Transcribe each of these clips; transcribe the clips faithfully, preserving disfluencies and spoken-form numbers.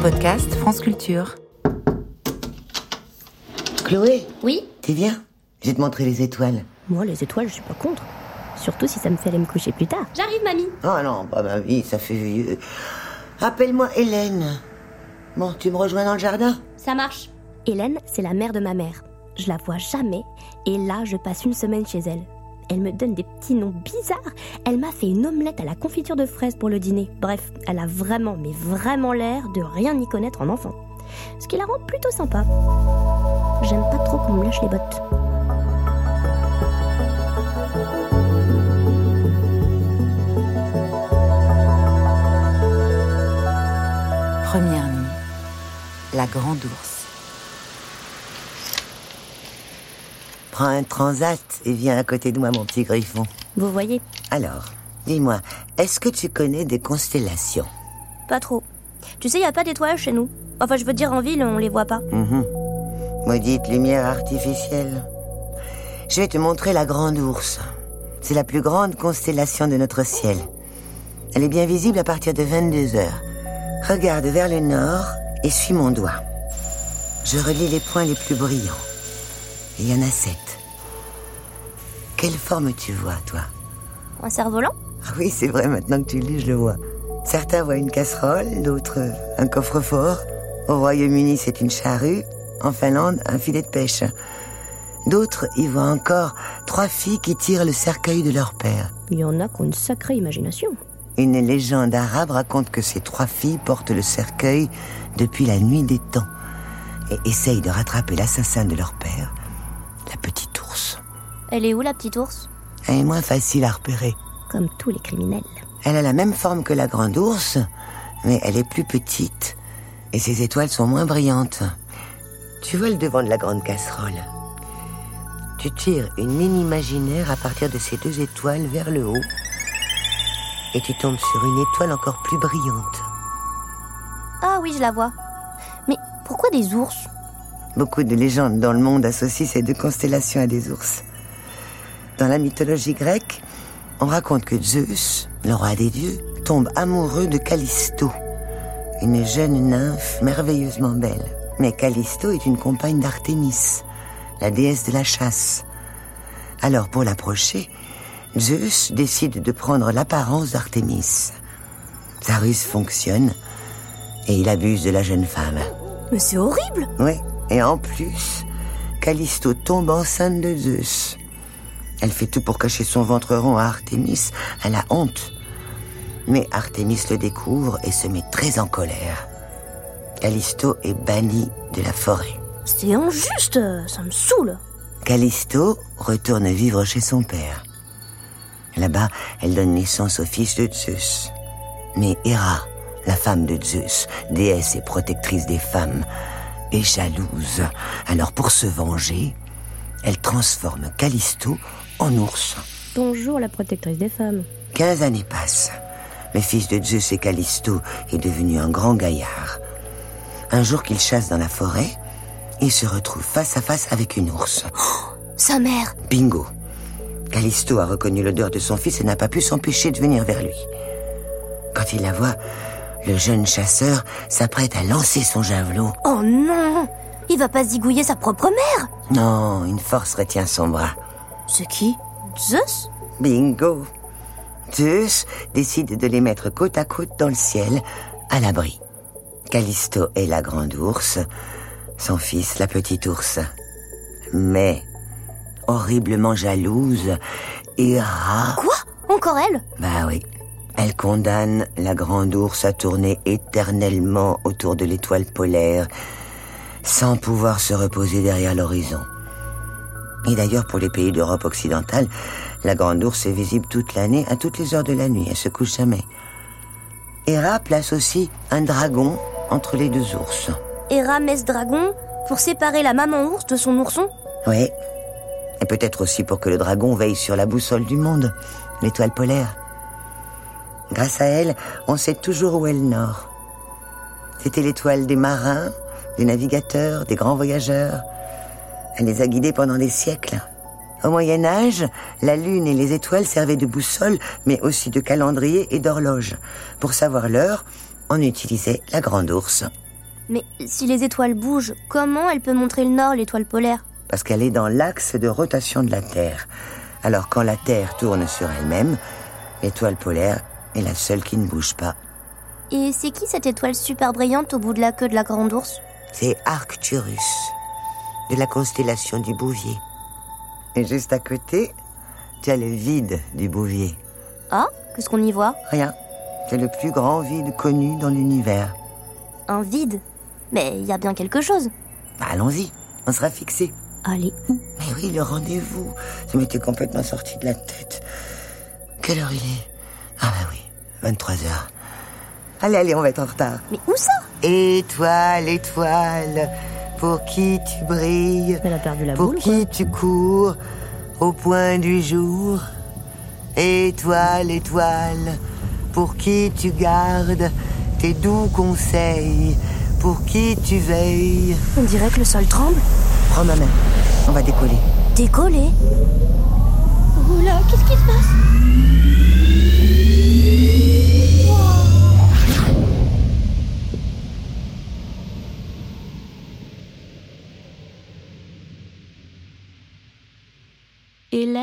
podcast France Culture. Chloé ? Oui ? T'es bien ? Je vais te montrer les étoiles. Moi, les étoiles, je suis pas contre. Surtout si ça me fait aller me coucher plus tard. J'arrive, mamie. Oh non, pas ma vie, ça fait vieux. Appelle-moi Hélène. Bon, tu me rejoins dans le jardin ? Ça marche. Hélène, c'est la mère de ma mère. Je la vois jamais. Et là, je passe une semaine chez elle. Elle me donne des petits noms bizarres. Elle m'a fait une omelette à la confiture de fraises pour le dîner. Bref, elle a vraiment, mais vraiment l'air de rien y connaître en enfant. Ce qui la rend plutôt sympa. J'aime pas trop qu'on me lâche les bottes. Première nuit, la grande ours. Prends un transat et viens à côté de moi, mon petit griffon. Vous voyez ? Alors, dis-moi, est-ce que tu connais des constellations ? Pas trop. Tu sais, il n'y a pas d'étoiles chez nous. Enfin, je veux dire, en ville, on les voit pas. Mmh. Maudite lumière artificielle. Je vais te montrer la grande ours. C'est la plus grande constellation de notre ciel. Elle est bien visible à partir de vingt-deux heures. Regarde vers le nord et suis mon doigt. Je relie les points les plus brillants. Il y en a sept. Quelle forme tu vois, toi ? Un cerf-volant ? Ah oui, c'est vrai, maintenant que tu le dis, je le vois. Certains voient une casserole, d'autres un coffre-fort. Au Royaume-Uni, c'est une charrue. En Finlande, un filet de pêche. D'autres y voient encore trois filles qui tirent le cercueil de leur père. Il y en a qui ont une sacrée imagination. Une légende arabe raconte que ces trois filles portent le cercueil depuis la nuit des temps et essayent de rattraper l'assassin de leur père, la petite ours. Elle est où, la petite ours ? Elle est moins facile à repérer. Comme tous les criminels. Elle a la même forme que la grande ours, mais elle est plus petite et ses étoiles sont moins brillantes. Tu vois le devant de la grande casserole ? Tu tires une ligne imaginaire à partir de ces deux étoiles vers le haut et tu tombes sur une étoile encore plus brillante. Ah oui, je la vois. Mais pourquoi des ours ? Beaucoup de légendes dans le monde associent ces deux constellations à des ours. Dans la mythologie grecque, on raconte que Zeus, le roi des dieux, tombe amoureux de Callisto, une jeune nymphe merveilleusement belle. Mais Callisto est une compagne d'Artémis, la déesse de la chasse. Alors pour l'approcher, Zeus décide de prendre l'apparence d'Artémis. Sa ruse fonctionne et il abuse de la jeune femme. Mais c'est horrible ! Oui, et en plus, Callisto tombe enceinte de Zeus. Elle fait tout pour cacher son ventre rond à Artémis. Elle a honte. Mais Artémis le découvre et se met très en colère. Callisto est banni de la forêt. C'est injuste, ça me saoule. Callisto retourne vivre chez son père. Là-bas, elle donne naissance au fils de Zeus. Mais Héra, la femme de Zeus, déesse et protectrice des femmes, est jalouse. Alors pour se venger, elle transforme Callisto en ours. Bonjour la protectrice des femmes. Quinze années passent. Le fils de Zeus et Callisto est devenu un grand gaillard. Un jour qu'il chasse dans la forêt, il se retrouve face à face avec une ours. Oh, sa mère ! Bingo ! Callisto a reconnu l'odeur de son fils et n'a pas pu s'empêcher de venir vers lui. Quand il la voit, le jeune chasseur s'apprête à lancer son javelot. Oh non ! Il va pas zigouiller sa propre mère ! Non, une force retient son bras. C'est qui ? Zeus ? Bingo ! Zeus décide de les mettre côte à côte dans le ciel, à l'abri. Callisto est la grande ours, son fils la petite ours. Mais, horriblement jalouse, Héra... Quoi ? Encore elle ? Bah oui. Elle condamne la grande ours à tourner éternellement autour de l'étoile polaire, sans pouvoir se reposer derrière l'horizon. Et d'ailleurs, pour les pays d'Europe occidentale, la grande ours est visible toute l'année, à toutes les heures de la nuit. Elle se couche jamais. Héra place aussi un dragon entre les deux ours. Héra met ce dragon pour séparer la maman ours de son ourson ? Oui. Et peut-être aussi pour que le dragon veille sur la boussole du monde, l'étoile polaire. Grâce à elle, on sait toujours où est le nord. C'était l'étoile des marins, des navigateurs, des grands voyageurs. Elle les a guidés pendant des siècles. Au Moyen-Âge, la lune et les étoiles servaient de boussole, mais aussi de calendrier et d'horloge. Pour savoir l'heure, on utilisait la grande ours. Mais si les étoiles bougent, comment elle peut montrer le nord, l'étoile polaire ? Parce qu'elle est dans l'axe de rotation de la Terre. Alors quand la Terre tourne sur elle-même, l'étoile polaire est la seule qui ne bouge pas. Et c'est qui cette étoile super brillante au bout de la queue de la grande ours ? C'est Arcturus, de la constellation du Bouvier. Et juste à côté, tu as le vide du Bouvier. Ah, qu'est-ce qu'on y voit ? Rien. C'est le plus grand vide connu dans l'univers. Un vide ? Mais il y a bien quelque chose. Bah, allons-y, on sera fixé. Allez, où ? Mais oui, le rendez-vous. Ça m'était complètement sorti de la tête. Quelle heure il est ? Ah bah oui, vingt-trois heures. Allez, allez, on va être en retard. Mais où ça ? Étoile, étoile, pour qui tu brilles, Elle a perdu la pour boule, qui tu cours, au point du jour. Étoile, étoile, pour qui tu gardes tes doux conseils, pour qui tu veilles. On dirait que le sol tremble. Prends ma main, on va décoller. Décoller ? Oula, qu'est-ce qui se passe ? Hélène ?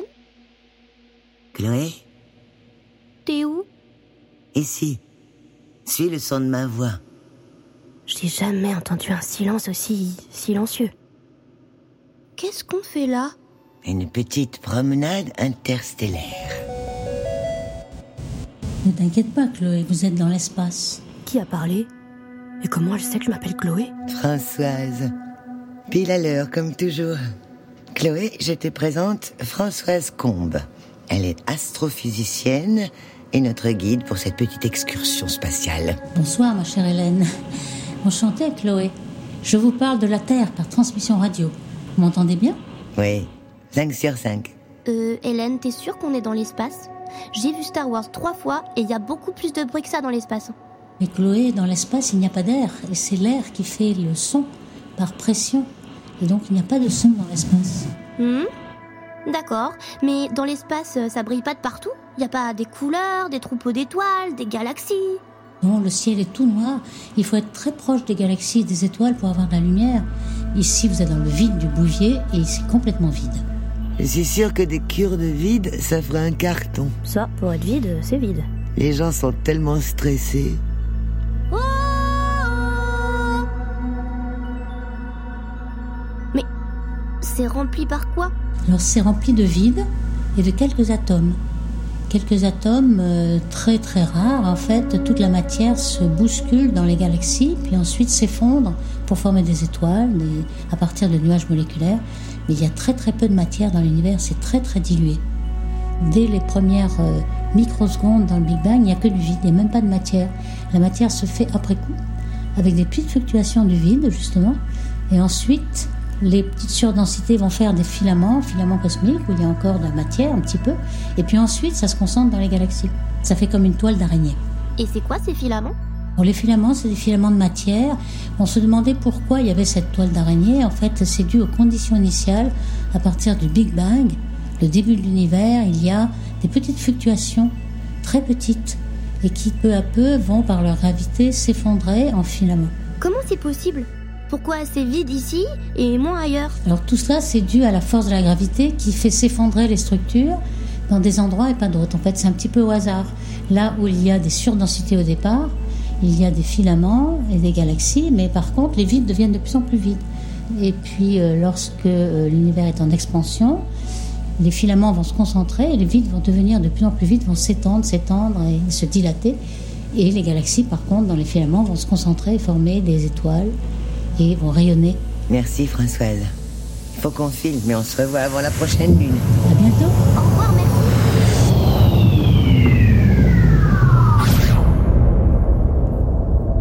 Chloé, T'es où ? ici, suis le son de ma voix. J'ai jamais entendu un silence aussi silencieux. Qu'est-ce qu'on fait là ? Une petite promenade interstellaire. Ne t'inquiète pas, Chloé, vous êtes dans l'espace. Qui a parlé ? Et comment elle sait que je m'appelle Chloé ? Françoise, pile à l'heure comme toujours. Chloé, je te présente Françoise Combes. Elle est astrophysicienne et notre guide pour cette petite excursion spatiale. Bonsoir, ma chère Hélène. Enchantée, Chloé. Je vous parle de la Terre par transmission radio. Vous m'entendez bien ? Oui, cinq sur cinq. Euh, Hélène, t'es sûre qu'on est dans l'espace ? J'ai vu Star Wars trois fois et il y a beaucoup plus de bruit que ça dans l'espace. Mais Chloé, dans l'espace, il n'y a pas d'air. Et c'est l'air qui fait le son par pression. Et donc, il n'y a pas de son dans l'espace. Hmm ? D'accord, mais dans l'espace, ça brille pas de partout ? Il n'y a pas des couleurs, des troupeaux d'étoiles, des galaxies ? Non, le ciel est tout noir. Il faut être très proche des galaxies et des étoiles pour avoir de la lumière. Ici, vous êtes dans le vide du Bouvier et c'est complètement vide. Je suis sûre que des cures de vide, ça ferait un carton. Ça, pour être vide, c'est vide. Les gens sont tellement stressés. Oh ! Mais c'est rempli par quoi ? Alors, c'est rempli de vide et de quelques atomes. Quelques atomes euh, très très rares. En fait, toute la matière se bouscule dans les galaxies, puis ensuite s'effondre pour former des étoiles, des, à partir de nuages moléculaires. Mais il y a très très peu de matière dans l'univers, c'est très très dilué. Dès les premières euh, microsecondes dans le Big Bang, il n'y a que du vide, il n'y a même pas de matière. La matière se fait après coup, avec des petites fluctuations du vide, justement. Et ensuite, les petites surdensités vont faire des filaments, filaments cosmiques, où il y a encore de la matière, un petit peu. Et puis ensuite, ça se concentre dans les galaxies. Ça fait comme une toile d'araignée. Et c'est quoi ces filaments ? Bon, les filaments, c'est des filaments de matière. On se demandait pourquoi il y avait cette toile d'araignée. En fait, c'est dû aux conditions initiales. À partir du Big Bang, le début de l'univers, il y a des petites fluctuations, très petites, et qui peu à peu vont, par leur gravité, s'effondrer en filaments. Comment c'est possible ? Pourquoi c'est vide ici et moins ailleurs ? Alors tout cela, c'est dû à la force de la gravité qui fait s'effondrer les structures dans des endroits et pas d'autres. En fait, c'est un petit peu au hasard. Là où il y a des surdensités au départ, il y a des filaments et des galaxies, mais par contre, les vides deviennent de plus en plus vides. Et puis, euh, lorsque euh, l'univers est en expansion, les filaments vont se concentrer et les vides vont devenir de plus en plus vides, vont s'étendre, s'étendre et se dilater. Et les galaxies, par contre, dans les filaments, vont se concentrer et former des étoiles et vont rayonner. Merci Françoise. Il faut qu'on file, mais on se revoit avant la prochaine lune. À bientôt. Au revoir, merci. Waouh !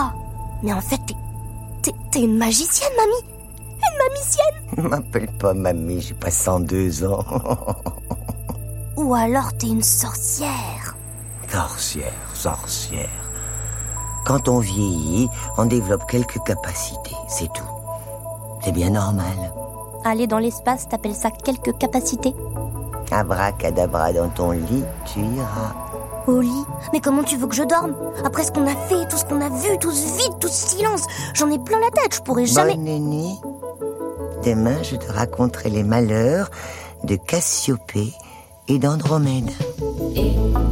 Mais en fait, t'es, t'es, t'es une magicienne, mamie. Une mamicienne. Ne m'appelle pas mamie, j'ai pas cent deux ans. Ou alors t'es une sorcière. Sorcière, sorcière. Quand on vieillit, on développe quelques capacités, c'est tout. C'est bien normal. Aller dans l'espace, t'appelles ça quelques capacités ? Abracadabra dans ton lit, tu iras. Au lit? Mais comment tu veux que je dorme? Après ce qu'on a fait, tout ce qu'on a vu, tout ce vide, tout ce silence, j'en ai plein la tête, je pourrais jamais... Bonne nuit. Demain, je te raconterai les malheurs de Cassiopée et d'Andromède. Et